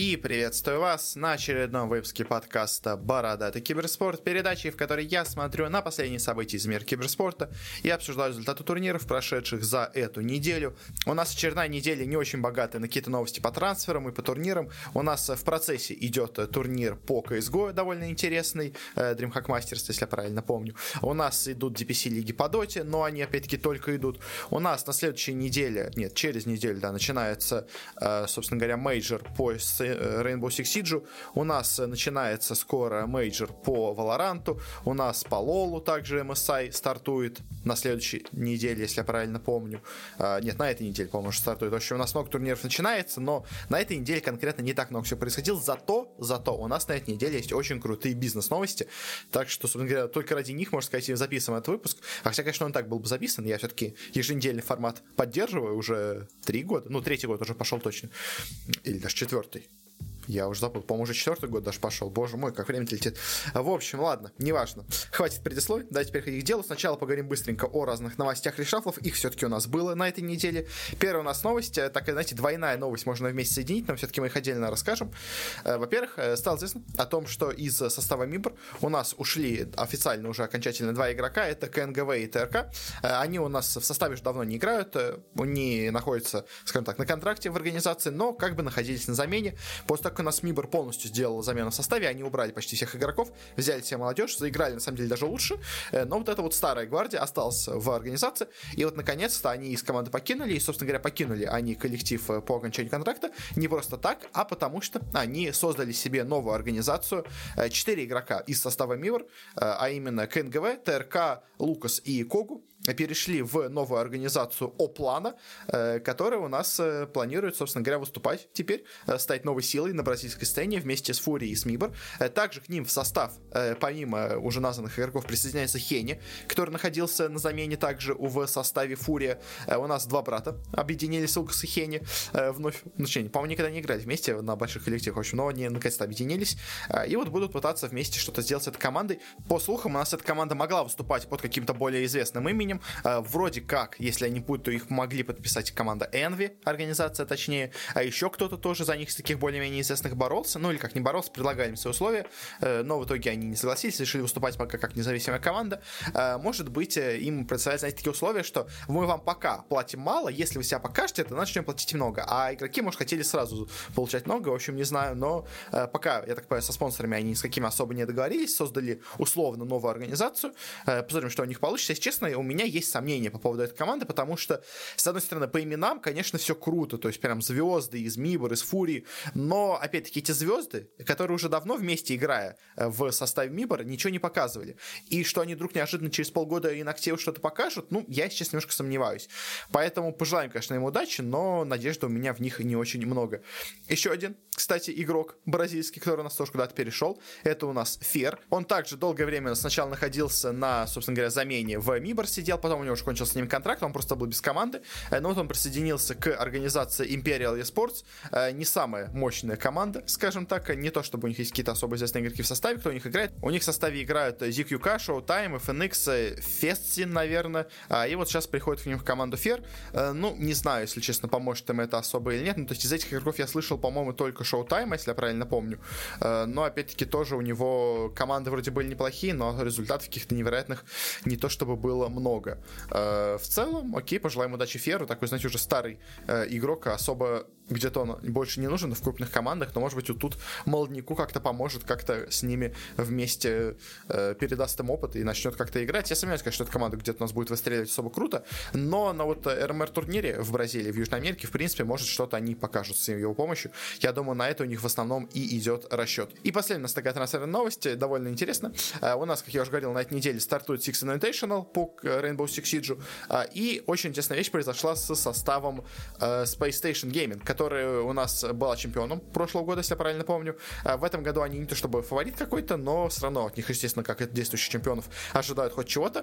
И приветствую вас на очередном выпуске подкаста «Бородатый киберспорт», передачи, в которой я смотрю на последние события из мира киберспорта и обсуждаю результаты турниров, прошедших за эту неделю. У нас очередная неделя не очень богатая на какие-то новости по трансферам и по турнирам. У нас в процессе идет турнир по CSGO, довольно интересный, DreamHack Masters, если я правильно помню. У нас идут DPC-лиги по Доте, но они опять-таки только идут. У нас на следующей неделе, нет, через неделю, да, начинается, собственно говоря, мейджор по Rainbow Six Siege. У нас начинается скоро мейджор по Valorant. У нас по LoL также MSI стартует на следующей неделе, если я правильно помню. Нет, на этой неделе, по-моему, стартует. В общем, у нас много турниров начинается, но на этой неделе конкретно не так много всего происходило. Зато у нас на этой неделе есть очень крутые бизнес-новости. Так что, собственно говоря, только ради них, можно сказать, и записываем этот выпуск. Хотя, конечно, он так был бы записан. Я все-таки еженедельный формат поддерживаю уже 3 года. Ну, 3-й год уже пошел точно. Или даже 4-й. Я уже забыл, по-моему, уже 4-й год даже пошел. Боже мой, как время летит. В общем, ладно, неважно. Хватит предисловий, давайте переходить к делу. Сначала поговорим быстренько о разных новостях решафлов. Их все-таки у нас было на этой неделе. Первая у нас новость, такая, знаете, двойная новость, можно вместе соединить, но все-таки мы их отдельно расскажем. Во-первых, стало известно о том, что из состава МИБР у нас ушли официально уже окончательно 2 игрока. Это КНГВ и ТРК. Они у нас в составе уже давно не играют. Они находятся, скажем так, на контракте в организации, но как бы находились на замене. После того, как у нас МИБР полностью сделала замену в составе, они убрали почти всех игроков, взяли себе молодежь, заиграли на самом деле даже лучше, но вот эта вот старая гвардия осталась в организации, и вот наконец-то они из команды покинули, и, собственно говоря, покинули они коллектив по окончанию контракта не просто так, а потому что они создали себе новую организацию. 4 игрока из состава МИБР, а именно КНГВ, ТРК, Лукас и Когу, перешли в новую организацию Оплана, которая у нас планирует, собственно говоря, выступать теперь, стать новой силой на бразильской сцене вместе с Фурией и с МИБР. Также к ним в состав, помимо уже названных игроков, присоединяется Хени, который находился на замене также в составе Фурия. У нас 2 брата объединились, Лукас и Хени, вновь, по-моему, никогда не играли вместе на больших коллективах, в общем, но они наконец-то объединились, и вот будут пытаться вместе что-то сделать с этой командой. По слухам, у нас эта команда могла выступать под каким-то более известным именем. Вроде как, если я не путаю, то их могли подписать команда Envy, организация точнее, а еще кто-то тоже за них из таких более-менее известных боролся, ну или как не боролся, предлагали им свои условия, но в итоге они не согласились, решили выступать пока как независимая команда. Может быть, им представляют, знаете, такие условия, что мы вам пока платим мало, если вы себя покажете, то начнем платить много, а игроки, может, хотели сразу получать много, в общем, не знаю, но пока, я так понимаю, со спонсорами они с какими особо не договорились, создали условно новую организацию, посмотрим, что у них получится. Если честно, у меня есть сомнения по поводу этой команды, потому что, с одной стороны, по именам, конечно, все круто, то есть прям звезды из МИБР, из Фурии, но, опять-таки, эти звезды, которые уже давно вместе играя в составе МИБР, ничего не показывали. И что они вдруг неожиданно через полгода и Нактео что-то покажут, ну, я сейчас немножко сомневаюсь. Поэтому пожелаем, конечно, им удачи, но надежды у меня в них не очень много. Еще один, кстати, игрок бразильский, который у нас тоже куда-то перешел, это у нас Фер. Он также долгое время сначала находился на, собственно говоря, замене в МИБР, сидел, потом у него уже кончился с ним контракт, он просто был без команды, но вот он присоединился к организации Imperial Esports, не самая мощная команда, скажем так, не то чтобы у них есть какие-то особо известные игроки в составе, кто у них играет, у них в составе играют ZQK, Showtime, FNX, Фестин, наверное, и вот сейчас приходит к ним в команду Фер, ну, не знаю, если честно, поможет им это особо или нет, ну, то есть из этих игроков я слышал, по-моему, только Showtime, если я правильно помню, но, опять-таки, тоже у него команды вроде были неплохие, но результатов каких-то невероятных не то чтобы было много. В целом, окей, пожелаем удачи Феру, такой, знаете, уже старый игрок, особо где-то он больше не нужен в крупных командах, но, может быть, вот тут молодняку как-то поможет, как-то с ними вместе передаст им опыт и начнет как-то играть. Я сомневаюсь, конечно, что эта команда где-то у нас будет выстреливать особо круто, но на вот РМР-турнире в Бразилии, в Южной Америке, в принципе, может, что-то они покажут с его помощью. Я думаю, на это у них в основном и идет расчет. И последняя у нас такая трансферная новость, довольно интересно. У нас, как я уже говорил, на этой неделе стартует Six Invitational по Rainbow Six Siege, и очень интересная вещь произошла с составом Space Station Gaming, который у нас была чемпионом прошлого года, если я правильно помню. В этом году они не то чтобы фаворит какой-то, но все равно от них, естественно, как от действующих чемпионов, ожидают хоть чего-то.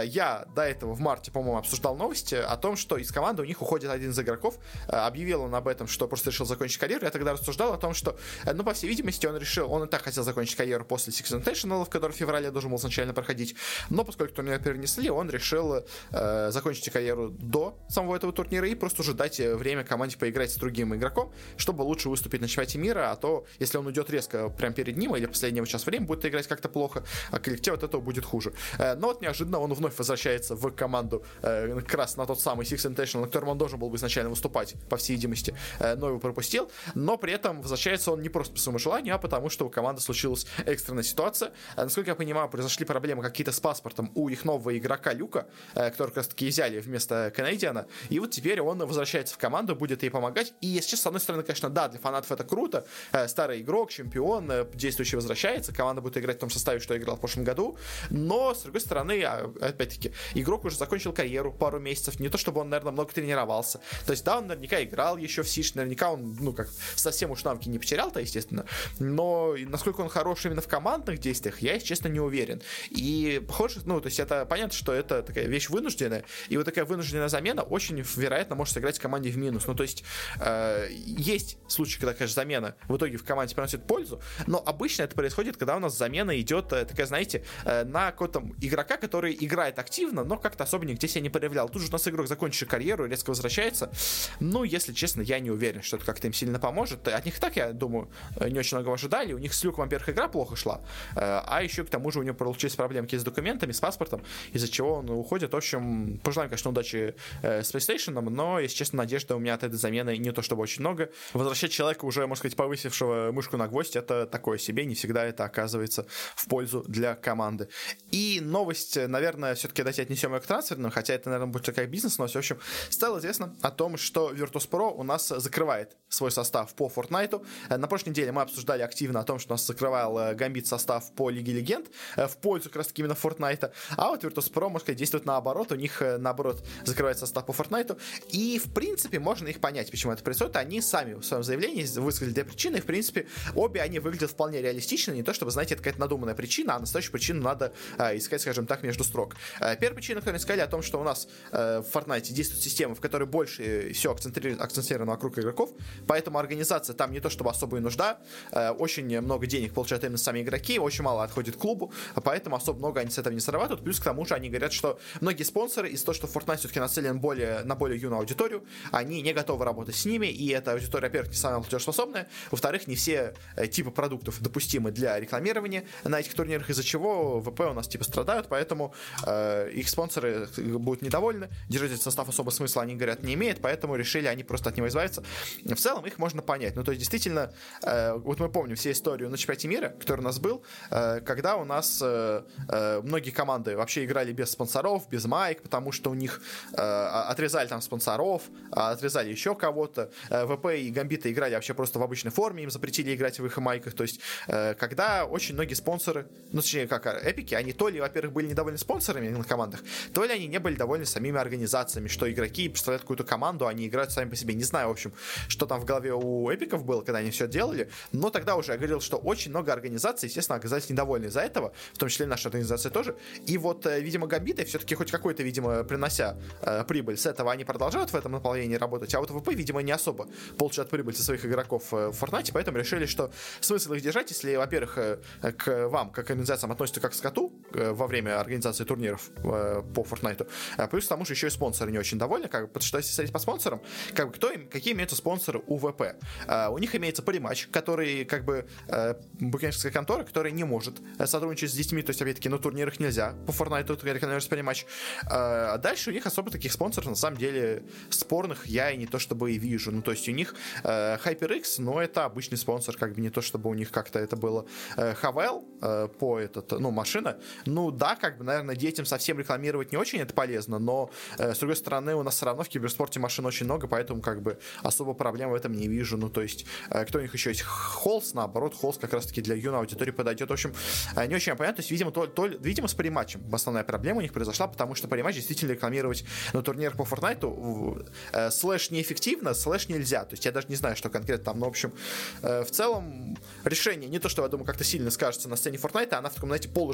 Я до этого в марте, по-моему, обсуждал новости о том, что из команды у них уходит один из игроков. Объявил он об этом, что просто решил закончить карьеру. Я тогда рассуждал о том, что, ну, по всей видимости, он и так хотел закончить карьеру после Six Invitational, который в феврале должен был изначально проходить, но поскольку турнир перенесли, он решил решил закончить карьеру до самого этого турнира и просто уже дать время команде поиграть с другим игроком, чтобы лучше выступить на чемпионате мира, а то, если он уйдет резко прямо перед ним или в последнее сейчас время, будет играть как-то плохо, а коллектив от этого будет хуже. Но вот неожиданно он вновь возвращается в команду как раз на тот самый Six Invitational, на котором он должен был бы изначально выступать, по всей видимости, но его пропустил, но при этом возвращается он не просто по своему желанию, а потому что у команды случилась экстренная ситуация. Насколько я понимаю, произошли проблемы какие-то с паспортом у их нового игрока Люка, который как раз таки взяли вместо Канадиана, и вот теперь он возвращается в команду, будет ей помогать, и, если честно, с одной стороны, конечно, да, для фанатов это круто, старый игрок, чемпион, действующий возвращается, команда будет играть в том составе, что играл в прошлом году, но, с другой стороны, опять-таки, игрок уже закончил карьеру пару месяцев, не то чтобы он, наверное, много тренировался, то есть, да, он наверняка играл еще в Сиш, наверняка он, ну, как, совсем уж навыки не потерял-то, естественно, но насколько он хорош именно в командных действиях, я, если честно, не уверен, и, похоже, ну, то есть, это понятно, что это такая вещь вынужденная, и вот такая вынужденная замена очень, вероятно, может сыграть команде в минус, ну, то есть, есть случаи, когда, конечно, замена в итоге в команде приносит пользу, но обычно это происходит, когда у нас замена идет, такая, знаете, на какого-то игрока, который играет активно, но как-то особо нигде себя не проявлял. Тут же у нас игрок, закончивший карьеру, резко возвращается. Ну, если честно, я не уверен, что это как-то им сильно поможет. От них так, я думаю, не очень много ожидали. У них с Люком, во-первых, игра плохо шла, а еще к тому же у него получились проблемки с документами, с паспортом, из-за чего он уходит. В общем, пожелаем, конечно, удачи с PlayStation, но, если честно, надежда у меня от этой замены не то чтобы очень много. Возвращать человека, уже, можно сказать, повысившего мышку на гвоздь, это такое себе, не всегда это оказывается в пользу для команды. И новость, наверное, все-таки давайте отнесем ее к трансферным, хотя это, наверное, будет такая бизнес-новость. В общем, стало известно о том, что Virtus.pro у нас закрывает свой состав по Fortnite. На прошлой неделе мы обсуждали активно о том, что у нас закрывал Gambit состав по Лиге Легенд в пользу как раз таки именно Fortnite. А вот Virtus.pro, можно сказать, действует наоборот. У них, наоборот, закрывает состав по Fortnite. И, в принципе, можно их понять, почему это происходит. Они сами в своем заявлении высказали две причины. И, в принципе, обе они выглядят вполне реалистично. Не то, чтобы, знаете, это какая-то надуманная причина, а настоящую причину надо искать, скажем так, между строк. Первая причина, которую они сказали, о том, что у нас в Fortnite действует система, в которой больше все акцентировано вокруг игроков, поэтому организация там не то чтобы особо и нужда, очень много денег получают именно сами игроки, очень мало отходит клубу, поэтому особо много они с этого не зарабатывают, плюс к тому же они говорят, что многие спонсоры из-за того, что Fortnite все-таки нацелен на более юную аудиторию, они не готовы работать с ними, и эта аудитория, во-первых, не самая платежеспособная, во-вторых, не все типы продуктов допустимы для рекламирования на этих турнирах, из-за чего ВП у нас типа страдают, поэтому их спонсоры будут недовольны, держать этот состав особо смысла, они говорят, не имеет, поэтому решили они просто от него избавиться. В целом их можно понять, ну то есть действительно, вот мы помним все историю на чемпионате мира, который у нас был, когда у нас многие команды вообще играли без спонсоров, без маек, потому что у них отрезали там спонсоров, отрезали еще кого-то, ВП и Гамбиты играли вообще просто в обычной форме, им запретили играть в их майках, то есть когда очень многие спонсоры, ну точнее как эпики, они то ли, во-первых, были недовольны спонсорами на командах, то ли они не были довольны самими организациями, что игроки представляют какую-то команду, они играют сами по себе. Не знаю, в общем, что там в голове у эпиков было, когда они все делали, но тогда уже я говорил, что очень много организаций, естественно, оказались недовольны из-за этого, в том числе и наша организация тоже. И вот, видимо, Гамбиты все-таки хоть какой-то, видимо, принося прибыль с этого, они продолжают в этом направлении работать, а вот ВП, видимо, не особо получают прибыль со своих игроков в Fortnite, поэтому решили, что смысл их держать, если, во-первых, к вам, как к организациям, относятся как к скоту во время организации турниров по Fortnite, плюс к тому же еще и спонсоры не очень довольны, потому что если смотреть по спонсорам, какие имеются спонсоры у ВП? У них имеется Париматч, который букмекерская контора, которая не может сотрудничать с детьми, то есть, опять-таки, на турнирах нельзя по Fortnite рекламировать Париматч. А дальше у них особо таких спонсоров, на самом деле, спорных я и не то чтобы и вижу. Ну, то есть, у них HyperX, но это обычный спонсор, как бы не то чтобы у них как-то это было Havel машина. Ну, да, как бы, наверное, детям совсем рекламировать не очень это полезно, но, с другой стороны, у нас все равно в киберспорте машин очень много, поэтому, как бы, особо проблем в этом не вижу. Ну, то есть, кто у них еще есть? Холс, наоборот, Холс как раз-таки для юной аудитории подойдет. В общем, не очень понятно. То есть, видимо, с Париматчем основная проблема у них произошла, потому что Париматч действительно рекламировать на турнирах по Fortnite слэш неэффективно, слэш нельзя. То есть, я даже не знаю, что конкретно там, но, в общем, в целом, решение не то, что, я думаю, как-то сильно скажется на сцене Fortnite, она в таком, знаете, полуживом состоянии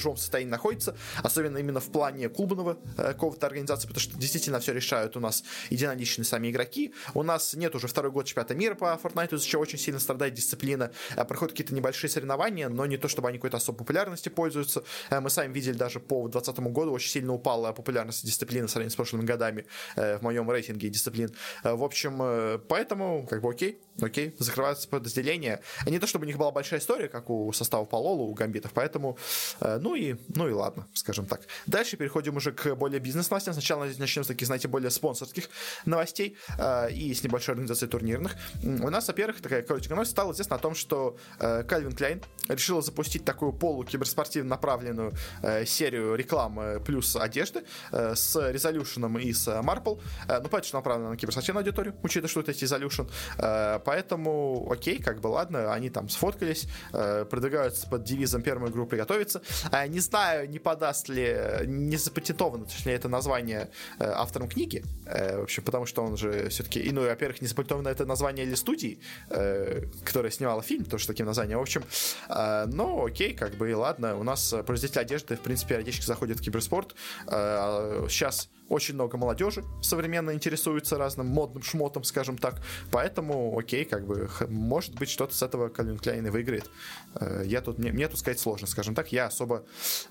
находится, особенно именно в плане клубного какого-то организации, потому что действительно все решают у нас единоличные сами игроки. У нас нет уже второй год чемпионата мира по Fortnite, из-за чего очень сильно страдает дисциплина. Проходят какие-то небольшие соревнования, но не то, чтобы они какой-то особой популярностью пользуются. Мы сами видели даже по 2020 году очень сильно упала популярность дисциплины в сравнении с прошлыми годами в моем рейтинге дисциплин. В общем, поэтому как бы окей, закрываются подразделения. Не то, чтобы у них была большая история, как у состава по Лолу, у гамбитов, поэтому ну и ладно, скажем так. Дальше переходим уже к более бизнес-новостям. Сначала начнем с таких, знаете, более спонсорских новостей и с небольшой организацией турнирных. У нас, во-первых, такая коротенькая новость. Стало известно о том, что Calvin Klein решила запустить такую полукиберспортивно направленную серию рекламы плюс одежды с Resolution и с Marple. Ну, понятно, что направлена на киберспортивную аудиторию, учитывая, что это Resolution. Поэтому, окей, как бы ладно, они там сфоткались, продвигаются под девизом «Первую игру приготовиться». Не знаю, не подаст ли, не запатентовано, точнее, это название автором книги, вообще, потому что он же все-таки, ну, во-первых, не запатентовано это название или студии, которая снимала фильм, тоже с таким названием, в общем, но окей, как бы и ладно, у нас производители одежды, в принципе, периодически заходят в киберспорт, сейчас очень много молодежи современно интересуется разным модным шмотом, скажем так. Поэтому, окей, как бы, может быть, что-то с этого Calvin Klein и выиграет. Мне тут сказать сложно, скажем так. Я особо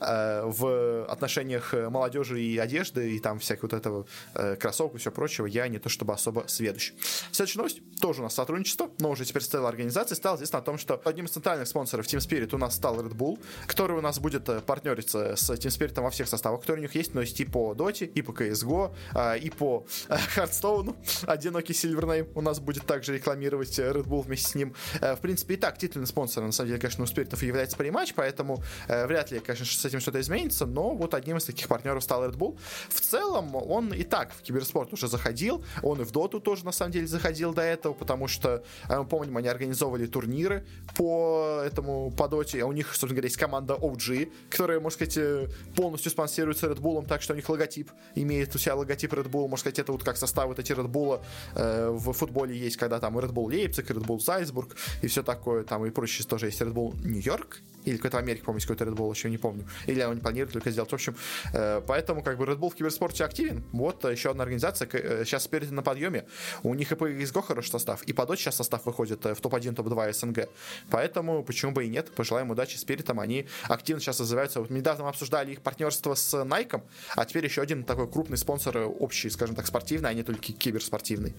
в отношениях молодежи и одежды, и там всякого вот этого кроссовок и все прочего, я не то чтобы особо сведущ. Следующая новость. Тоже у нас сотрудничество, но уже теперь стала организация. Стало известно о том, что одним из центральных спонсоров Team Spirit у нас стал Red Bull, который у нас будет партнериться с Team Spirit во всех составах, которые у них есть, но есть и по Dota, и по CSGO, и по Hearthstone. Одинокий Silvername у нас будет также рекламировать Red Bull вместе с ним. В принципе, и так титульный спонсор, на самом деле, конечно, у Спиритов является Parimatch, поэтому вряд ли, конечно, с этим что-то изменится, но вот одним из таких партнеров стал Red Bull. В целом, он и так в киберспорт уже заходил, он и в Доту тоже, на самом деле, заходил до этого, потому что, мы помним, они организовывали турниры по Доте, а у них, собственно говоря, есть команда OG, которая, можно сказать, полностью спонсируется Red Bull, так что у них логотип имеет у себя логотип Red Bull, можно сказать, это вот как состав вот эти Red Bull в футболе есть, когда там Red Bull Лейпциг, Red Bull Зальцбург и все такое, там и прочее тоже есть Red Bull Нью-Йорк, или какой-то в Америке, помню, какой-то Red Bull, еще не помню, или он не планирует только сделать, в общем, поэтому как бы Red Bull в киберспорте активен, вот еще одна организация, сейчас впереди на подъеме, у них и по CSGO хороший состав, и по Dota сейчас состав выходит в топ-1, топ-2 СНГ, поэтому почему бы и нет, пожелаем удачи Спиритам, они активно сейчас развиваются, вот недавно мы обсуждали их партнерство с Nike, а теперь еще один такой крупный спонсор общий, скажем так, спортивный, а не только киберспортивный.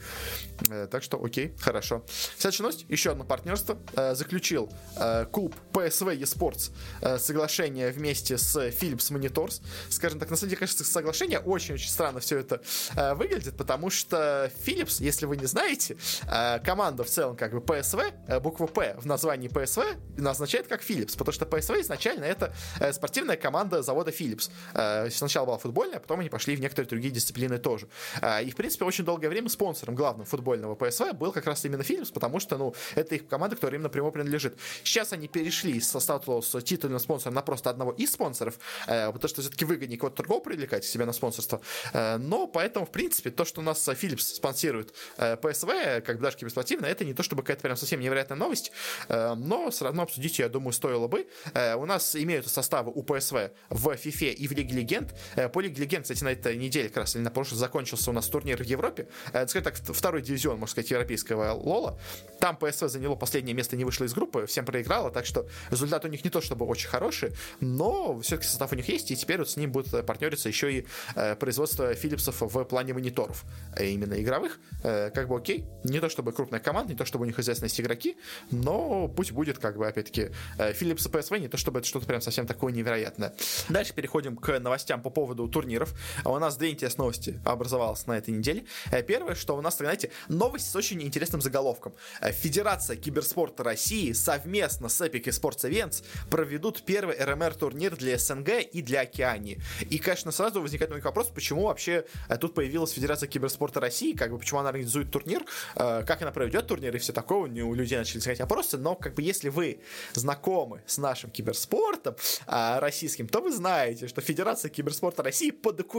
Так что окей, хорошо. Следующая новость, еще одно партнерство. Заключил клуб PSV eSports соглашение вместе с Philips Monitors. Скажем так, на самом деле, конечно, соглашение очень-очень странно все это выглядит, потому что Philips, если вы не знаете, команда в целом как бы PSV, буква P в названии PSV означает как Philips, потому что PSV изначально это спортивная команда завода Philips. Сначала была футбольная, а потом они пошли в некоторые другие дисциплины тоже. И, в принципе, очень долгое время спонсором главного футбольного PSV был как раз именно Philips, потому что, это их команда, которая им напрямую принадлежит. Сейчас они перешли со статуса титульного спонсора на просто одного из спонсоров, потому что все-таки выгоднее кого-то другого привлекать себя на спонсорство. Но поэтому, в принципе, то, что у нас Philips спонсирует PSV, как бы даже киберспортивно, это не то, чтобы какая-то прям совсем невероятная новость, но все равно обсудить, я думаю, стоило бы. У нас имеются составы у PSV в FIFA и в Лиге Легенд. По Лиге Легенд, кстати, на этой неделе как раз или на прошлой закончился у нас турнир в Европе. Скажем так, второй дивизион, можно сказать, европейского Лола. Там PSV заняло последнее место, не вышло из группы, всем проиграло, так что результат у них не то чтобы очень хороший, но все-таки состав у них есть, и теперь вот с ним будет партнериться еще и производство Philips'ов в плане мониторов, именно игровых. Как бы окей, не то чтобы крупная команда, не то чтобы у них известность игроки, но пусть будет, как бы, опять-таки, Philips и PSV, не то чтобы это что-то прям совсем такое невероятное. Дальше переходим к новостям по поводу турниров. У нас две интересные новости образовалось на этой неделе. Первое, что у нас, знаете, новость с очень интересным заголовком. Федерация киберспорта России совместно с Epic Esports Events проведут первый РМР-турнир для СНГ и для Океании. И, конечно, сразу возникает новый вопрос, почему вообще тут появилась Федерация киберспорта России, как бы, почему она организует турнир, как она проведет турнир и все такое. У людей начали задавать вопросы, но, как бы, если вы знакомы с нашим киберспортом российским, то вы знаете, что Федерация киберспорта России по документам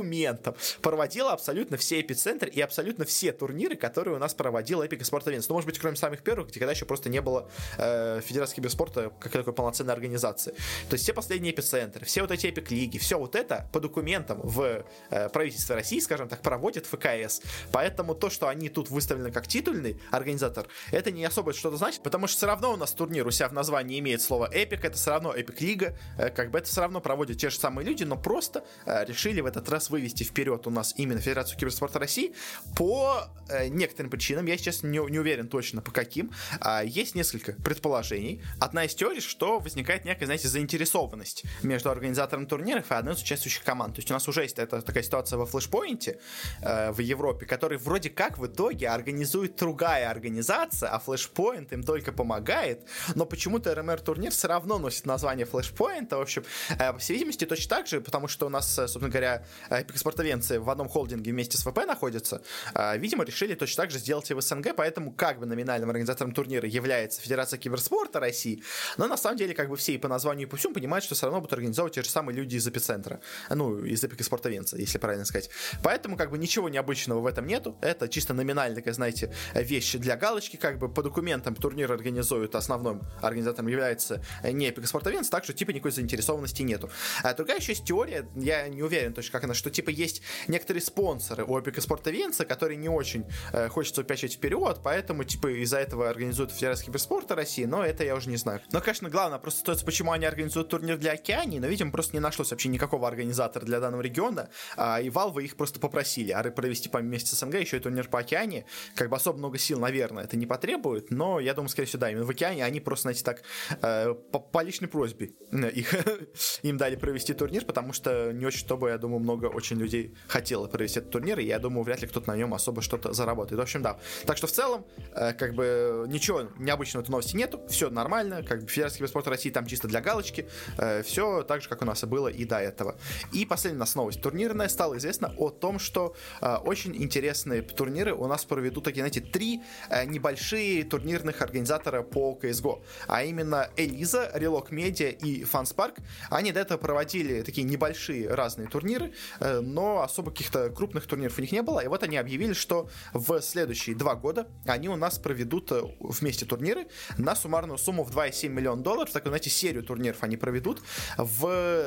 там проводила абсолютно все эпицентры и абсолютно все турниры, которые у нас проводил Epic Sport Events. Ну, может быть, кроме самых первых, где когда еще просто не было Федерации киберспорта как такой полноценной организации. То есть все последние эпицентры, все вот эти эпик-лиги, все вот это по документам в правительстве России, скажем так, проводит ФКС. Поэтому то, что они тут выставлены как титульный организатор, это не особо что-то значит, потому что все равно у нас турнир у себя в названии имеет слово Epic, это все равно Epic-лига, как бы это все равно проводят те же самые люди, но просто решили в этот раз вывести вперед у нас именно Федерацию киберспорта России по некоторым причинам, я сейчас не уверен точно по каким, есть несколько предположений. Одна из теорий, что возникает некая, знаете, заинтересованность между организатором турниров и одной из участвующих команд. То есть у нас уже есть такая ситуация во Flashpoint в Европе, который вроде как в итоге организует другая организация, а Flashpoint им только помогает, но почему-то РМР-турнир все равно носит название Flashpoint. В общем, по всей видимости, точно так же, потому что у нас, собственно говоря, Epic Sport Events в одном холдинге вместе с ВП находятся, видимо, решили точно так же сделать и в СНГ, поэтому как бы номинальным организатором турнира является Федерация киберспорта России, но на самом деле как бы все и по названию, и по всему понимают, что все равно будут организовывать те же самые люди из эпицентра, ну, из Epic Sport Events, если правильно сказать. Поэтому как бы ничего необычного в этом нету, это чисто номинальная такая, знаете, вещь для галочки, как бы по документам турнир организует, основным организатором является не Epic Sport Events, так что типа никакой заинтересованности нету. А другая еще есть теория, я не уверен точно как она, что типа есть некоторые спонсоры у Epic Sport Events, которые не очень хочется упячить вперед, поэтому типа из-за этого организуют Федерация киберспорта России, но это я уже не знаю. Но, конечно, главное просто стоит, почему они организуют турнир для Океании, но, видимо, просто не нашлось вообще никакого организатора для данного региона, и Valve их просто попросили провести вместе с СНГ еще и турнир по Океании. Как бы особо много сил, наверное, это не потребует, но я думаю, скорее всего, да, именно в Океане они просто, знаете, так, по личной просьбе им дали провести турнир, потому что не очень, чтобы, я думаю, много очень людей хотело провести этот турнир, и я думаю, вряд ли кто-то на нем особо что-то заработает. В общем, да. Так что в целом, как бы, ничего необычного в этой новости нету, все нормально, как бы Федерация киберспорта России там чисто для галочки, все так же, как у нас и было и до этого. И последняя у нас новость турнирная. Стало известно о том, что очень интересные турниры у нас проведут такие, знаете, 3 небольшие турнирных организатора по CSGO, а именно Элиза, Reloc Media и FunSpark. Они до этого проводили такие небольшие разные турниры, но особо каких-то крупных турниров у них не было, и вот они объявили, что в следующие 2 года они у нас проведут вместе турниры на суммарную сумму в $2,7 миллиона. Так, знаете, серию турниров они проведут. В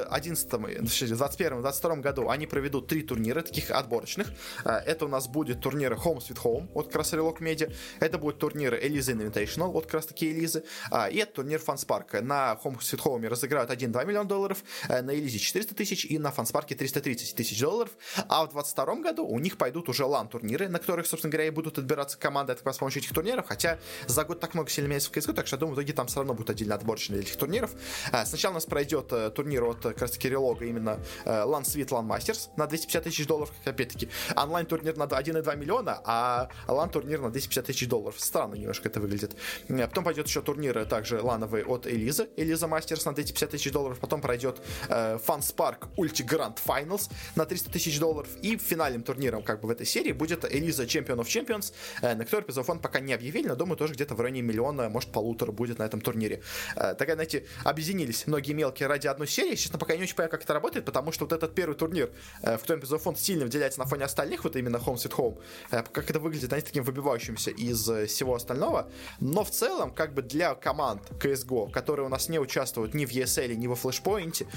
2021-2022 году они проведут 3 турнира, таких отборочных. Это у нас будет турниры Home Sweet Home от как раз Reloc Media. Это будет турниры Elisa Invitational от как раз таки Элизы. И это турнир FunSpark. На Home Sweet Home разыграют $1-2 миллиона, на Элизе 400 тысяч и на FunSpark 330 тысяч $. А в 2022 году у них пойдут уже LAN-турниры, на которых, собственно говоря, и будут отбираться команды это как раз с помощью этих турниров. Хотя за год так много сильно меняется в CSGO, так что я думаю, в итоге там все равно будет отдельно отборочный для этих турниров. Сначала у нас пройдет турнир от как раз таки Reloc, именно LAN Suite, LAN Masters на $250 тысяч, как опять-таки онлайн-турнир на 1,2 миллиона, а LAN-турнир на $250 тысяч. Странно немножко это выглядит. Потом пойдет еще турнир также лановый от Элиза Masters на $250 тысяч. Потом пройдет FunSpark Ulti Grand Finals на $300 тысяч. И финальным турниром как бы в этой серии будет Элиза Champion of Champions, на который призовой фонд пока не объявили, но думаю, тоже где-то в районе миллиона, может, 1,5 будет на этом турнире. Такая, знаете, объединились многие мелкие ради одной серии. Честно, пока я не очень понимаю, как это работает, потому что вот этот первый турнир, в котором призовой фонд сильно выделяется на фоне остальных, вот именно Home Sweet Home, как это выглядит, знаете, таким выбивающимся из всего остального. Но в целом, как бы для команд CSGO, которые у нас не участвуют ни в ESL, ни во Flashpoint,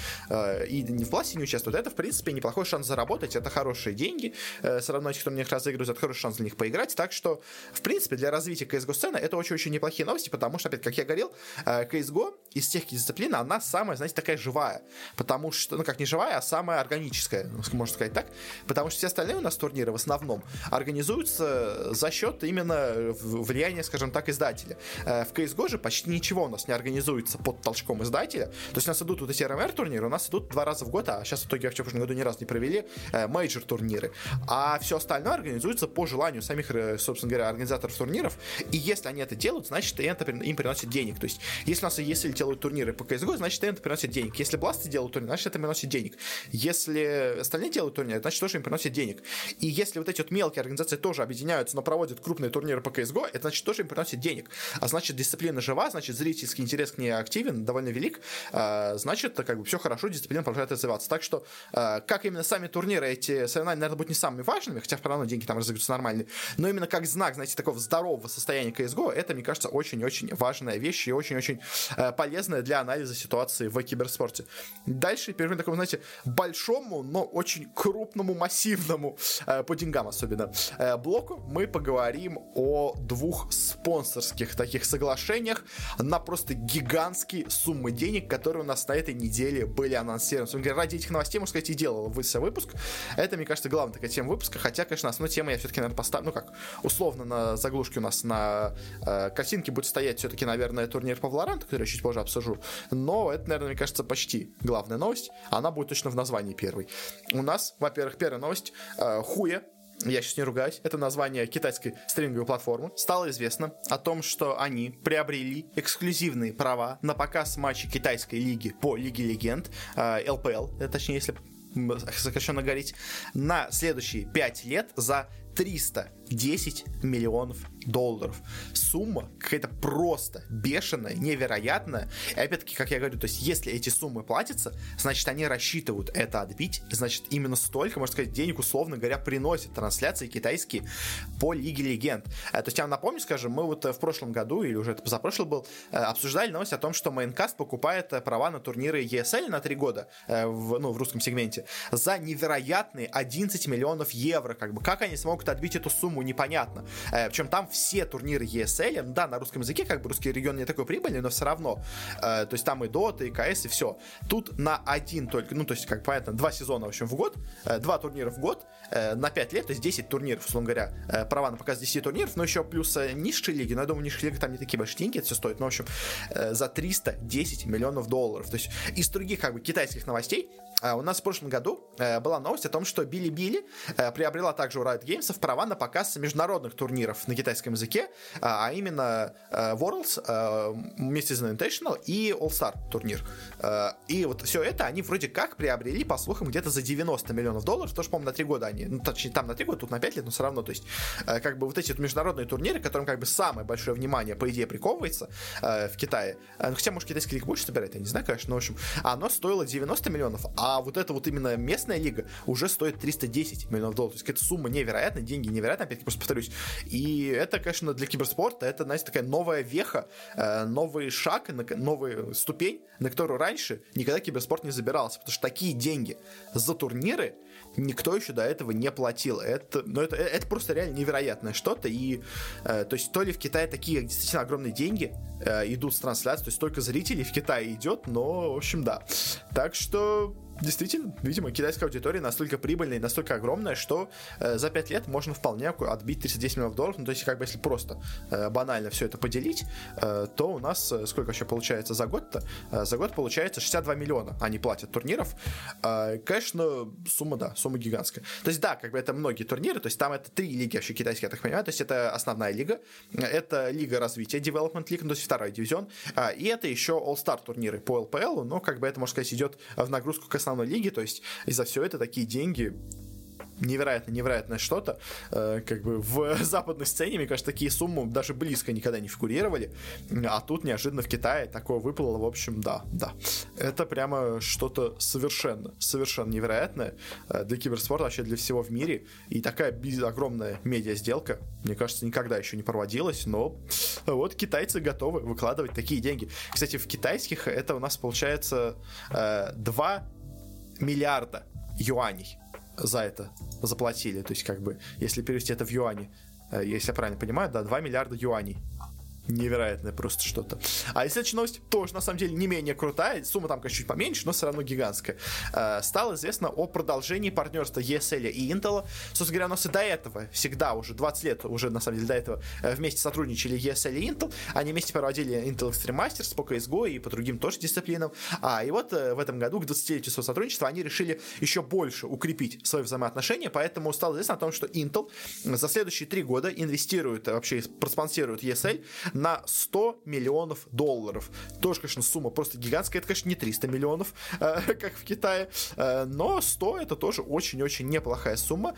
и ни в Blast не участвуют, это, в принципе, неплохой шанс заработать, это хорошие деньги, все равно те, кто мне их разыгрывает, это хороший шанс для них поиграть, так что, в принципе, для развития CSGO сцены это очень-очень неплохие новости, потому что, опять, как я говорил, CSGO из всех дисциплин, она самая, знаете, такая живая, потому что, ну, как не живая, а самая органическая, можно сказать так, потому что все остальные у нас турниры в основном организуются за счет именно влияния, скажем так, издателя. В CSGO же почти ничего у нас не организуется под толчком издателя, то есть у нас идут вот эти РМР-турниры, у нас идут 2 раза в год, а сейчас в итоге вообще в прошлом году ни разу не провели мейджор-турниры, а все остальное организуется по желанию самих, собственно говоря, организаторов турниров, и если они это делают, значит, это им приносит денег. То есть, если у нас ESL делают турниры по CSGO, значит, это приносит денег. Если Blast делают турниры, значит, это приносит денег. Если остальные делают турниры, значит, тоже им приносит денег. И если вот эти вот мелкие организации тоже объединяются, но проводят крупные турниры по CSGO, это значит, тоже им приносит денег. А значит, дисциплина жива, значит, зрительский интерес к ней активен, довольно велик, значит, как бы все хорошо, дисциплина продолжает развиваться. Так что, как именно сами турниры турниры, эти соревнования, наверное, будут не самыми важными, хотя все равно деньги там разыгрываются нормальные, но именно как знак, знаете, такого здорового состояния CSGO, это, мне кажется, очень-очень важная вещь и очень-очень полезная для анализа ситуации в киберспорте. Дальше перейдем к такому, знаете, большому, но очень крупному, массивному, по деньгам особенно, блоку. Мы поговорим о двух спонсорских таких соглашениях на просто гигантские суммы денег, которые у нас на этой неделе были анонсированы. Ради этих новостей, можно сказать, и делал выпуск. Это, мне кажется, главная такая тема выпуска, хотя, конечно, основную тему я все-таки, наверное, поставлю, ну как, условно на заглушке у нас на картинке будет стоять все-таки, наверное, турнир по Valorant, который я чуть позже обсужу, но это, наверное, мне кажется, почти главная новость. Она будет точно в названии первой. У нас, во-первых, первая новость. Хуя, я сейчас не ругаюсь, это название китайской стриминговой платформы, стало известно о том, что они приобрели эксклюзивные права на показ матчей китайской лиги по Лиге Легенд, LPL, точнее, если сокращенно говорить, на следующие 5 лет за 310 миллионов долларов. Сумма какая-то просто бешеная, невероятная. И опять-таки, как я говорю, то есть если эти суммы платятся, значит, они рассчитывают это отбить. Значит, именно столько, можно сказать, денег, условно говоря, приносят трансляции китайские по Лиге Легенд. То есть я вам напомню, скажем, мы вот в прошлом году, или уже это позапрошлый был, обсуждали новость о том, что Майнкаст покупает права на турниры ESL на 3 года в русском сегменте за невероятные 11 миллионов евро. Как они смогут отбить эту сумму, непонятно. Причем там все турниры ESL, да, на русском языке, русский регион не такой прибыльный, но все равно. То есть там и Dota, и CS, и все. Тут на один только, то есть, понятно, 2 сезона, в общем, в год, 2 турнира в год, на 5 лет, то есть 10 турниров, условно говоря, права на показ 10 турниров, но еще плюс низшие лиги, но я думаю, низшие лиги там не такие большие деньги, это все стоит, но, в общем, за 310 миллионов долларов. То есть из других, китайских новостей, у нас в прошлом году была новость о том, что Bilibili приобрела также у Riot Games права на показ международных турниров на китайском языке, а именно Worlds вместе с Invitational и All-Star турнир. И вот все это они вроде как приобрели, по слухам, где-то за 90 миллионов долларов, тоже, по-моему, на 3 года они, точнее, там на 3 года, тут на 5 лет, но все равно, то есть, вот эти вот международные турниры, которым, самое большое внимание, по идее, приковывается в Китае, хотя, может, китайский лиг больше собирает, я не знаю, конечно, но, в общем, оно стоило 90 миллионов, а вот эта вот именно местная лига уже стоит 310 миллионов долларов. То есть какая-то сумма невероятная, деньги невероятные, опять-таки просто повторюсь. И это, конечно, для киберспорта, это, знаете, такая новая веха, новый шаг, новая ступень, на которую раньше никогда киберспорт не забирался. Потому что такие деньги за турниры никто еще до этого не платил. Это просто реально невероятное что-то. И то есть то ли в Китае такие действительно огромные деньги идут с трансляцией, то есть столько зрителей в Китае идет, но, в общем, да. Так что действительно, видимо, китайская аудитория настолько прибыльная и настолько огромная, что за 5 лет можно вполне отбить 310 миллионов долларов. То есть, если просто банально все это поделить, то у нас сколько вообще получается за год-то? За год получается 62 миллиона они платят турниров. Конечно, сумма гигантская. То есть, да, это многие турниры, то есть там это 3 лиги вообще китайские, я так понимаю. То есть это основная лига, это лига развития, Development League, то есть второй дивизион, и это еще All-Star турниры по LPL, но это, можно сказать, идет в нагрузку к основной лиги, то есть из-за всего это такие деньги невероятное что-то. В западной сцене, мне кажется, такие суммы даже близко никогда не фигурировали, а тут неожиданно в Китае такое выплыло. В общем, да. Это прямо что-то совершенно невероятное для киберспорта, вообще для всего в мире. И такая огромная медиа-сделка, мне кажется, никогда еще не проводилась, но вот китайцы готовы выкладывать такие деньги. Кстати, в китайских это у нас получается 2 миллиарда юаней за это заплатили. То есть, если перевести это в юани, если я правильно понимаю, да, 2 миллиарда юаней. Невероятное просто что-то. А и следующая новость тоже, на самом деле, не менее крутая. Сумма там, конечно, чуть поменьше, но все равно гигантская. Стало известно о продолжении партнерства ESL и Intel. Собственно говоря, у нас и до этого всегда, уже 20 лет, уже на самом деле до этого вместе сотрудничали ESL и Intel. Они вместе проводили Intel Extreme Masters по CSGO и по другим тоже дисциплинам. И вот в этом году, к 20-летию своего сотрудничества, они решили еще больше укрепить свои взаимоотношения, поэтому стало известно о том, что Intel за следующие 3 года инвестирует, вообще проспонсирует ESL на $100 миллионов. Тоже, конечно, сумма просто гигантская. Это, конечно, не 300 миллионов, как в Китае, но 100 это тоже очень-очень неплохая сумма.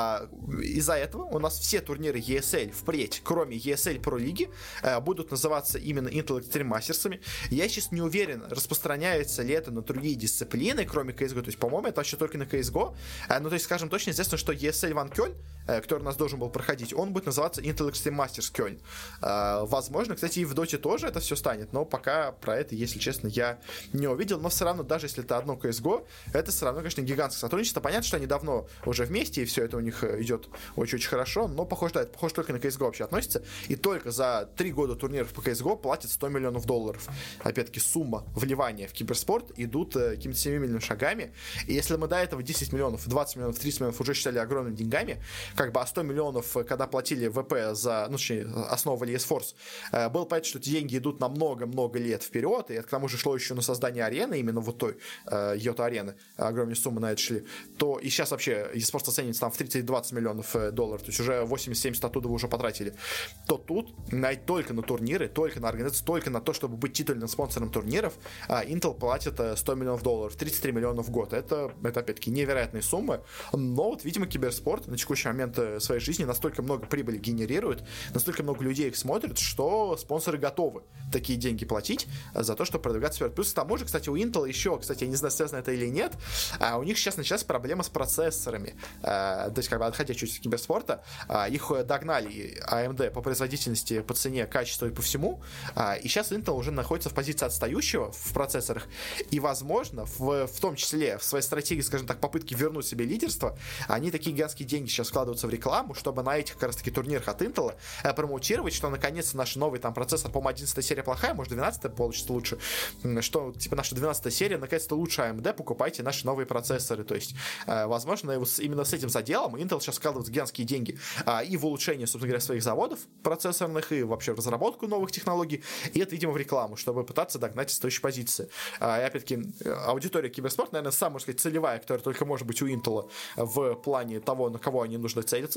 Из-за этого у нас все турниры ESL впредь, кроме ESL Pro Лиги, будут называться именно Intel Extreme Masters'ами. Я сейчас не уверен, распространяется ли это на другие дисциплины, кроме CSGO. То есть, по-моему, это вообще только на CSGO. Ну, то есть, скажем, точно известно, что ESL One Кёльн, который у нас должен был проходить, он будет называться Intel Extreme Masters Кёльн. Возможно, кстати, и в Доте тоже это все станет, но пока про это, если честно, я не увидел. Но все равно, даже если это одно CSGO, это все равно, конечно, гигантское сотрудничество. Понятно, что они давно уже вместе, и все это у них идет очень-очень хорошо, но похоже, да, это похоже только на CSGO вообще относится. И только за 3 года турниров по CSGO платят $100 миллионов. Опять-таки, сумма вливания в киберспорт идут какими-то семимильными шагами. И если мы до этого 10 миллионов, 20 миллионов, 30 миллионов уже считали огромными деньгами, как бы, а 100 миллионов, когда платили ВП за, ну, точнее, основывали ESForce, было понятно, что эти деньги идут на много-много лет вперед, и это к тому же шло еще на создание арены, именно вот той Йота-арены, огромные суммы на это шли, то и сейчас вообще ESForce оценивается там в 30-20 миллионов долларов, то есть уже 80-70 оттуда вы уже потратили, то тут только на турниры, только на организацию, только на то, чтобы быть титульным спонсором турниров, Intel платит $100 миллионов, 33 миллиона в год. Это опять-таки невероятные суммы, но вот, видимо, киберспорт на текущий момент своей жизни настолько много прибыли генерирует, настолько много людей их смотрят, что спонсоры готовы такие деньги платить за то, чтобы продвигаться вперед. Плюс к тому же, кстати, у Intel еще, кстати, я не знаю, связано это или нет, у них сейчас началась проблема с процессорами. То есть, как бы, отходя чуть от киберспорта, их догнали AMD по производительности, по цене, качеству и по всему, и сейчас Intel уже находится в позиции отстающего в процессорах, и, возможно, в том числе в своей стратегии, скажем так, попытки вернуть себе лидерство, они такие гигантские деньги сейчас вкладываются в рекламу, чтобы на этих, как раз таки, турнирах от Intel промоутировать, что, наконец-то, наш новый там процессор, по-моему, 11 серия плохая, может, 12 получится лучше, что, типа, наша 12 серия, наконец-то, лучше AMD, покупайте наши новые процессоры, то есть, возможно, именно с этим заделом Intel сейчас вкладывает гигантские деньги и в улучшение, собственно говоря, своих заводов процессорных, и вообще в разработку новых технологий, и это, видимо, в рекламу, чтобы пытаться догнать стоящие позиции. И, опять-таки, аудитория киберспорт, наверное, самая, можно сказать, целевая, которая только может быть у Intel в плане того, на кого они нужно целиться,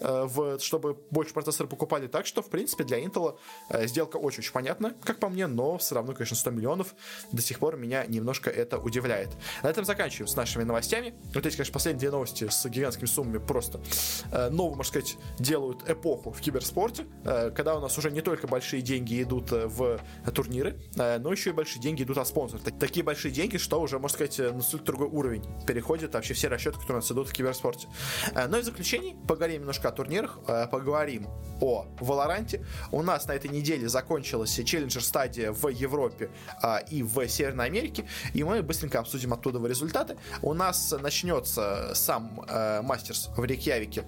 чтобы больше процессоров покупали. Так что, в принципе, для Intel сделка очень-очень понятна, как по мне, но все равно, конечно, 100 миллионов до сих пор меня немножко это удивляет. На этом заканчиваем с нашими новостями. Вот эти, конечно, последние 2 новости с гигантскими суммами просто новую, можно сказать, делают эпоху в киберспорте, когда у нас уже не только большие деньги идут в турниры, но еще и большие деньги идут от спонсоров. Такие большие деньги, что уже, можно сказать, на абсолютно другой уровень переходят вообще все расчеты, которые у нас идут в киберспорте. Ну и в заключении поговорим немножко о турнирах, поговорим о Valorant. У нас на этой неделе закончилась челленджер-стадия в Европе и в Северной Америке, и мы быстренько обсудим оттуда результаты. У нас начнется сам мастерс в Рейкьявике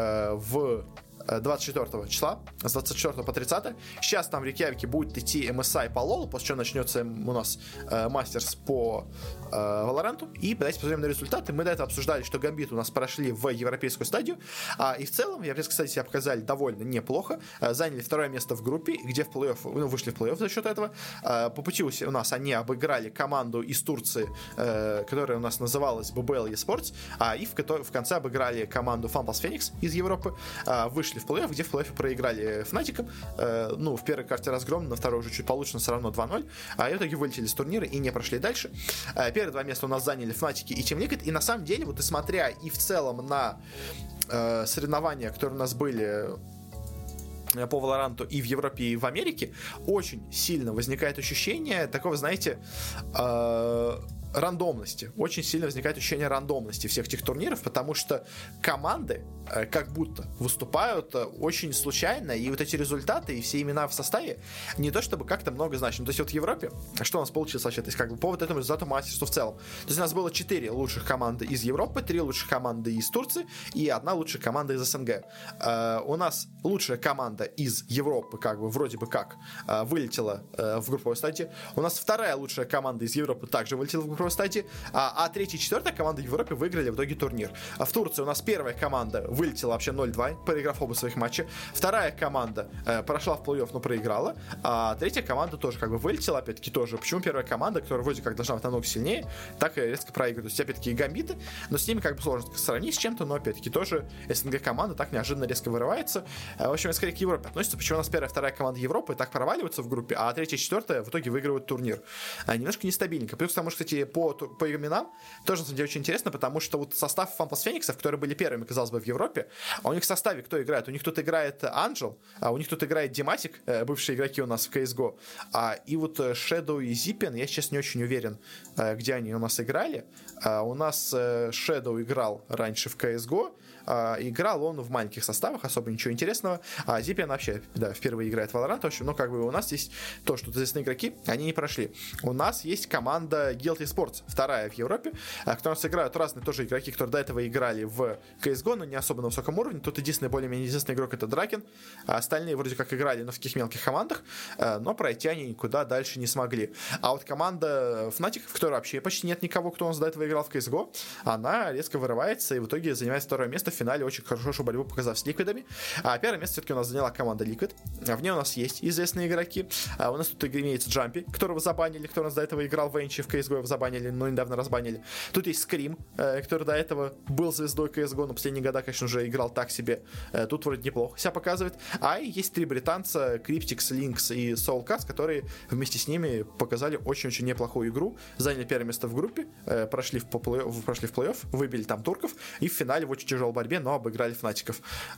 в 24 числа, с 24 по 30. Сейчас там в Рейкьявике будет идти MSI по LoL, после чего начнется у нас мастерс по Valorant. И давайте посмотрим на результаты. Мы до этого обсуждали, что Гамбит у нас прошли в европейскую стадию, и в целом европейские стадии себя показали довольно неплохо. Заняли 2 место в группе, где в плей-офф, вышли в плей-офф за счет этого. По пути у нас они обыграли команду из Турции, которая у нас называлась BBL eSports, и в конце обыграли команду FunPlus Phoenix из Европы. Вышли в плей-офф, где в плей-оффе проиграли Фнатикам. В первой карте разгром, на второй уже чуть получше, но все равно 2-0. И в итоге вылетели с турнира и не прошли дальше. Первые 2 места у нас заняли Фнатики и Team Liquid. И на самом деле, вот и смотря и в целом на соревнования, которые у нас были по Valorant и в Европе, и в Америке, очень сильно возникает ощущение такого, знаете, рандомности. Очень сильно возникает ощущение рандомности всех этих турниров, потому что команды как будто выступают очень случайно, и вот эти результаты и все имена в составе не то чтобы как-то много значат. То есть вот в Европе, что у нас получилось вообще? То есть как бы по вот этому результату мастерству в целом. То есть у нас было 4 лучших команды из Европы, 3 лучших команды из Турции и 1 лучшая команда из СНГ. У нас лучшая команда из Европы, как бы вроде бы как, вылетела в групповой стадии. У нас 2-я лучшая команда из Европы также вылетела в групповой групповой стадии, а третья и четвертая команда в Европе выиграли в итоге турнир. В Турции у нас первая команда вылетела вообще 0-2, проиграв оба своих матча. Вторая команда прошла в плей-офф, но проиграла. А третья команда тоже как бы вылетела, опять-таки тоже. Почему первая команда, которая вроде как должна быть намного сильнее, так и резко проигрывает? То есть, опять-таки, и гамбиты, но с ними как бы сложно сравнить с чем-то, но опять-таки тоже СНГ команда так неожиданно резко вырывается. В общем, это скорее к Европе относится. Почему у нас первая и вторая команда Европы так проваливаются в группе, а третья и четвертая в итоге выигрывают турнир? Немножко нестабильненько. Плюс к тому, кстати, по именам тоже, на самом деле, очень интересно, потому что вот состав FunPlus Фениксов, которые были первыми, казалось бы, в Европе, у них в составе кто играет? У них тут играет Анджел, а у них тут играет Диматик, бывшие игроки у нас в CSGO, и вот Shadow и Zippin, я сейчас не очень уверен, где они у нас играли. У нас Shadow играл раньше в CSGO, играл он в маленьких составах, особо ничего интересного. А Zippin вообще, да, впервые играет в Valorant, в общем, ну, как бы у нас есть то, что известные игроки, они не прошли. У нас есть команда Guild Esports, вторая в Европе, которые у нас играют разные тоже игроки, которые до этого играли в CSGO, но не особо на высоком уровне. Тут единственный более-менее известный игрок — это Дракен, а остальные вроде как играли, но в таких мелких командах, но пройти они никуда дальше не смогли. А вот команда Fnatic, в которой вообще почти нет никого, кто у нас до этого играл в CSGO, она резко вырывается и в итоге занимает второе место в финале, очень хорошую борьбу показав с Ликвидами. А первое место все-таки у нас заняла команда Liquid. В ней у нас есть известные игроки. У нас тут имеется Джампи, которого забанили, кто у нас до этого играл в Энчи, в CSGO его забанили, но недавно разбанили. Тут есть Скрим, который до этого был звездой CSGO, но в последние года, конечно, уже играл так себе. Тут вроде неплохо себя показывает. А есть три британца, Cryptix, Lynx и Soulcast, которые вместе с ними показали очень-очень неплохую игру, заняли первое место в группе, прошли в плей-офф, выбили там турков и в финале в очень тяжелой борьбе, но обыграли Фнатиков.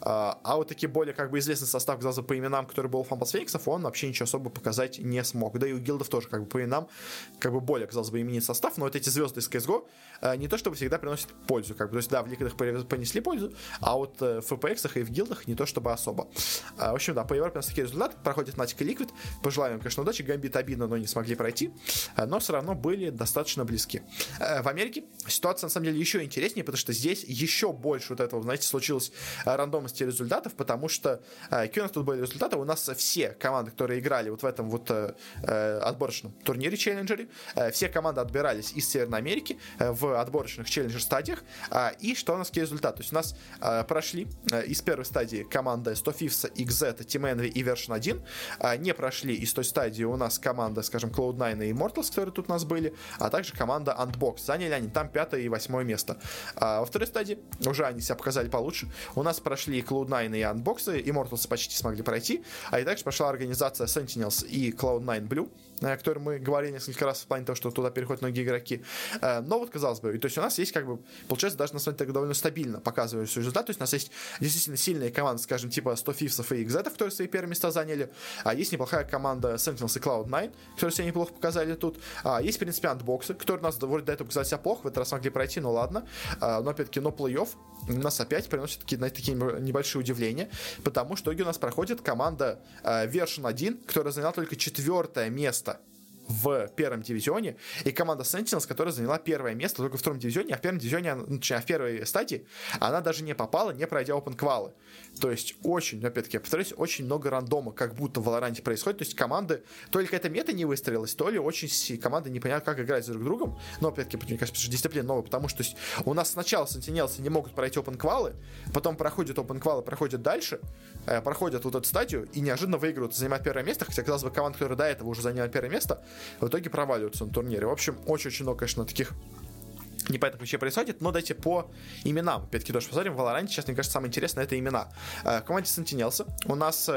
А вот такие более как бы известный состав, казалось бы, по именам, который был у FunPlus Фениксов, он вообще ничего особо показать не смог. Да и у гилдов тоже как бы по именам как бы более, казалось бы, именит состав, но вот эти звезды из CSGO не то чтобы всегда приносят пользу, как бы, то есть да, в ликвидах понесли пользу, а вот в FPX и в гилдах не то чтобы особо. В общем, да, по Европе у нас такие результаты, проходит Fnatic и Liquid, пожелаем им, конечно, удачи, Гамбит обидно, но не смогли пройти, но все равно были достаточно близки. В Америке ситуация на самом деле еще интереснее, потому что здесь еще больше вот этого, знаете, случилось рандомности результатов, потому что какие у нас тут были результаты? У нас все команды, которые играли вот в этом вот отборочном турнире, челленджере, все команды отбирались из Северной Америки в отборочных челленджер-стадиях, и что у нас какие результаты? То есть у нас прошли из первой стадии команда 100 Thieves, XZ, Team Envy и Version 1, не прошли из той стадии у нас команда, скажем, Cloud9 и Immortals, которые тут у нас были, а также команда Unbox. Заняли они там 5 и 8 место. Во второй стадии уже они себя показали получше. У нас прошли Cloud9 и Unbox, Immortals почти смогли пройти, и также прошла организация Sentinels и Cloud9 Blue, о которой мы говорили несколько раз в плане того, что туда переходят многие игроки. Но вот, казалось бы, то есть у нас есть как бы, получается, даже на самом деле довольно стабильно показывают свой результат, то есть у нас есть действительно сильные команды, скажем, типа 100 Thieves и XZ, которые свои первые места заняли, а есть неплохая команда Sentinels и Cloud9, которые себя неплохо показали тут, есть, в принципе, Unbox, которые у нас вроде до этого показали себя плохо, в этот раз смогли пройти, ну ладно, но опять-таки, но плей-офф у нас опять приносит такие небольшие удивления, потому что у нас проходит команда Version 1, которая заняла только 4-е место в первом дивизионе, и команда Sentinels, которая заняла первое место только в втором дивизионе, а в первом дивизионе, в первой стадии, она даже не попала, не пройдя open квалы. То есть очень, опять-таки, я повторюсь, очень много рандома, как будто в Valorant происходит. То есть команды, то ли какая-то мета не выстроилась, то ли очень команды не понимают, как играть друг с другом. Но, опять-таки, мне кажется, что дисциплина новая, потому что есть, у нас сначала Sentinels не могут пройти open квалы, потом проходят open квалы, проходят дальше, проходят вот эту стадию и неожиданно выигрывают, занимают первое место, хотя, казалось бы, команда, которая до этого уже заняла первое место, в итоге проваливаются на турнире. В общем, очень-очень много, конечно, таких непонятно вообще происходит, но дайте по именам. Опять-таки тоже посмотрим. В Valorant сейчас, мне кажется, самое интересное — это имена. В команде Sentinels у нас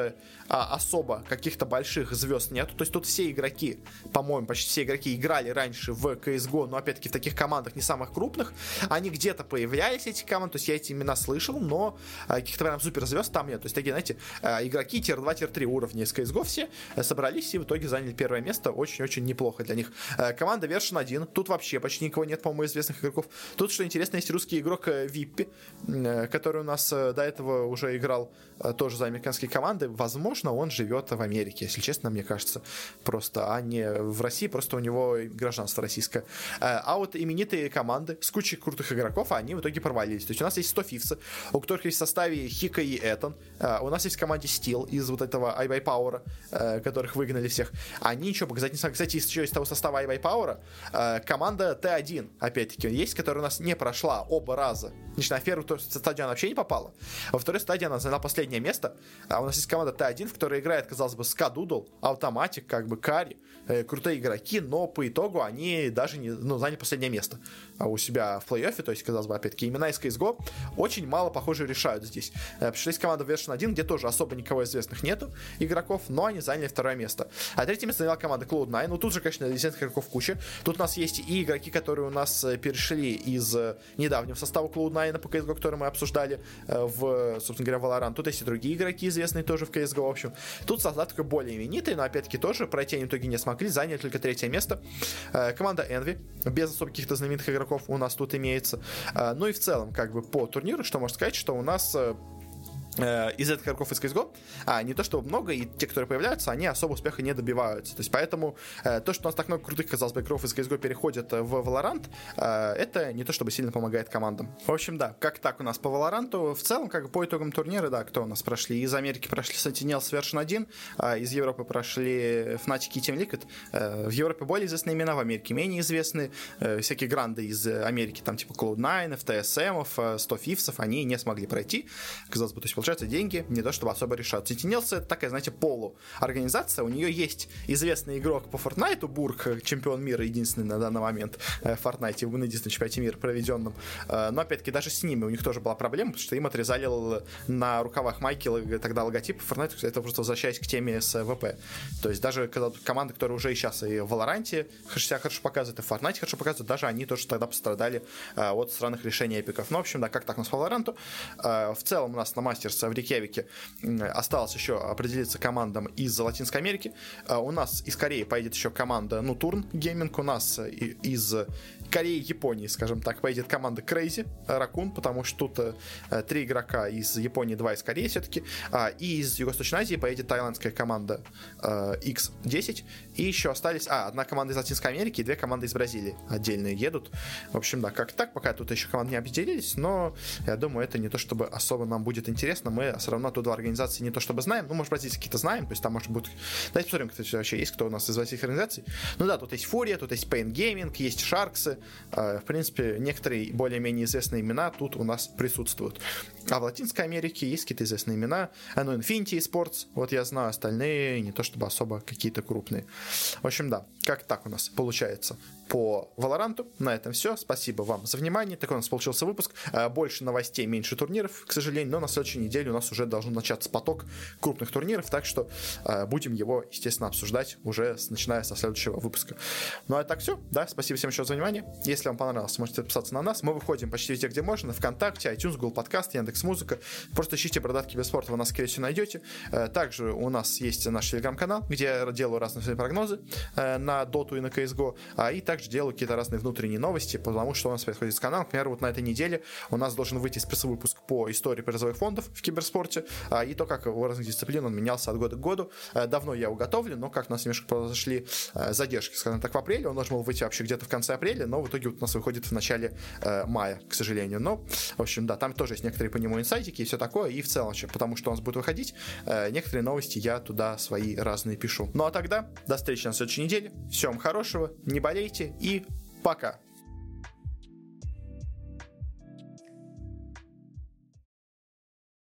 особо каких-то больших звезд нету. То есть тут все игроки, по-моему, почти все игроки играли раньше в CSGO, но опять-таки в таких командах не самых крупных. Они где-то появлялись, эти команды, то есть я эти имена слышал, но каких-то прям суперзвезд там нет. То есть такие, знаете, игроки тир-2, тир-3 уровня из CSGO все собрались и в итоге заняли первое место. Очень-очень неплохо для них. Команда Version 1. Тут вообще почти никого нет, по-моему, известных западных игроков. Тут, что интересно, есть русский игрок Виппи, который у нас до этого уже играл тоже за американские команды. Возможно, он живет в Америке, если честно, мне кажется, просто, а не в России, просто у него гражданство российское. А вот именитые команды с кучей крутых игроков, они в итоге провалились. То есть у нас есть 100 Фивсы, у которых есть в составе Хика и Этон. У нас есть в команде Steel из вот этого iBuyPower, которых выгнали всех. Они ничего показать не смогли. Кстати, еще из того состава iBuyPower команда Т1, опять-таки, есть, которая у нас не прошла оба раза. Значит, на первую стадию она вообще не попала. Во второй стадии она заняла последнее место. А у нас есть команда Т1, в которой играет, казалось бы, Скадудл, Автоматик, как бы Кари, крутые игроки, но по итогу они даже не заняли последнее место у себя в плей-оффе. То есть, казалось бы, опять-таки, имена из CSGO очень мало, похоже, решают здесь. Пришлись команда Version 1, где тоже особо никого известных нету игроков, но они заняли второе место. А третье место заняла команда Cloud9. Ну, тут же, конечно, известных игроков куча. Тут у нас есть и игроки, которые у нас перешли из недавнего состава Cloud9 по CSGO, который мы обсуждали в, собственно говоря, Valorant. Тут есть и другие игроки, известные тоже в CSGO, в общем. Тут состав такой более именитый, но, опять-таки, тоже пройти они в итоге не смогли, заняли только третье место. Команда Envy, без особо каких-то знаменитых игроков у нас тут имеется. Ну и в целом, как бы, по турниру, что можно сказать, что у нас из этих игроков из CSGO, не то чтобы много, и те, которые появляются, они особо успеха не добиваются. То есть поэтому то, что у нас так много крутых, казалось бы, игроков из CSGO переходят в Valorant, это не то чтобы сильно помогает командам. В общем, да, как так у нас по Valorant, в целом, как по итогам турнира, да, кто у нас прошли? Из Америки прошли Sentinels Version 1, из Европы прошли Fnatic и Team Liquid. В Европе более известные имена, в Америке менее известные. Всякие гранды из Америки, там типа Cloud9, TSM, 100 Фивсов, они не смогли пройти. Казалось бы, то есть получается, деньги не то чтобы особо решат. Sentinels — это такая, знаете, полуорганизация. У нее есть известный игрок по Fortnite, Бург, чемпион мира, единственный на данный момент в Fortnite, в единственном чемпионате мира проведенном. Но опять-таки даже с ними у них тоже была проблема, потому что им отрезали на рукавах майки тогда логотип Fortnite. Это просто возвращаясь к теме с ВП. То есть даже команды, которые уже и сейчас и в Valorant себя хорошо показывают, и в Fortnite хорошо показывают, даже они тоже тогда пострадали от странных решений эпиков. Ну, в общем, да, как так у нас по Valorant. В целом у нас на Мастерс в Рейкьявике осталось еще определиться командам из Латинской Америки. У нас из Кореи поедет еще команда Турн Гейминг. У нас из Кореи и Японии, скажем так, поедет команда Crazy Raccoon, потому что тут 3 игрока из Японии, 2 из Кореи все-таки. И из Юго-Восточной Азии поедет таиландская команда X10. И еще остались одна команда из Латинской Америки и 2 команды из Бразилии отдельные едут. В общем, да, как так, пока тут еще команды не определились, но я думаю, это не то, чтобы особо нам будет интересно. Мы все равно оттуда организации не то чтобы знаем, ну, может, бразильские какие-то знаем, то есть там, может быть... Давайте посмотрим, кстати, вообще есть кто у нас из бразильских организаций. Ну да, тут есть Фурия, тут есть Pain Gaming, есть Sharks. В принципе, некоторые более-менее известные имена тут у нас присутствуют. А в Латинской Америке есть какие-то известные имена. Ну, Infinity Sports, вот я знаю, остальные не то чтобы особо какие-то крупные. В общем, да, как так у нас получается по Valorant. На этом все. Спасибо вам за внимание. Такой у нас получился выпуск. Больше новостей, меньше турниров, к сожалению. Но на следующей неделе у нас уже должен начаться поток крупных турниров. Так что будем его, естественно, обсуждать уже начиная со следующего выпуска. Ну а так все. Да, спасибо всем еще за внимание. Если вам понравилось, можете подписаться на нас. Мы выходим почти везде, где можно. ВКонтакте, iTunes, Google Подкаст, Яндекс.Музыка. Просто ищите «Бородатки без спорта», вы нас, скорее всего, найдете. Также у нас есть наш телеграм-канал, где я делаю разные свои прогнозы на Доту и на CSGO. И также делаю какие-то разные внутренние новости, потому что у нас происходит с каналом. Например, вот на этой неделе у нас должен выйти спецвыпуск по истории призовых фондов в киберспорте и то, как в разных дисциплинах он менялся от года к году. Давно я его готовлю, но как у нас немножко произошли задержки, скажем так, в апреле. Он должен был выйти вообще где-то в конце апреля, но в итоге вот у нас выходит в начале мая, к сожалению. Но, в общем, да, там тоже есть некоторые по нему инсайтики и все такое, и в целом вообще, потому что у нас будет выходить, некоторые новости я туда свои разные пишу. Ну а тогда, до встречи на следующей неделе. Всем хорошего, не болейте и пока!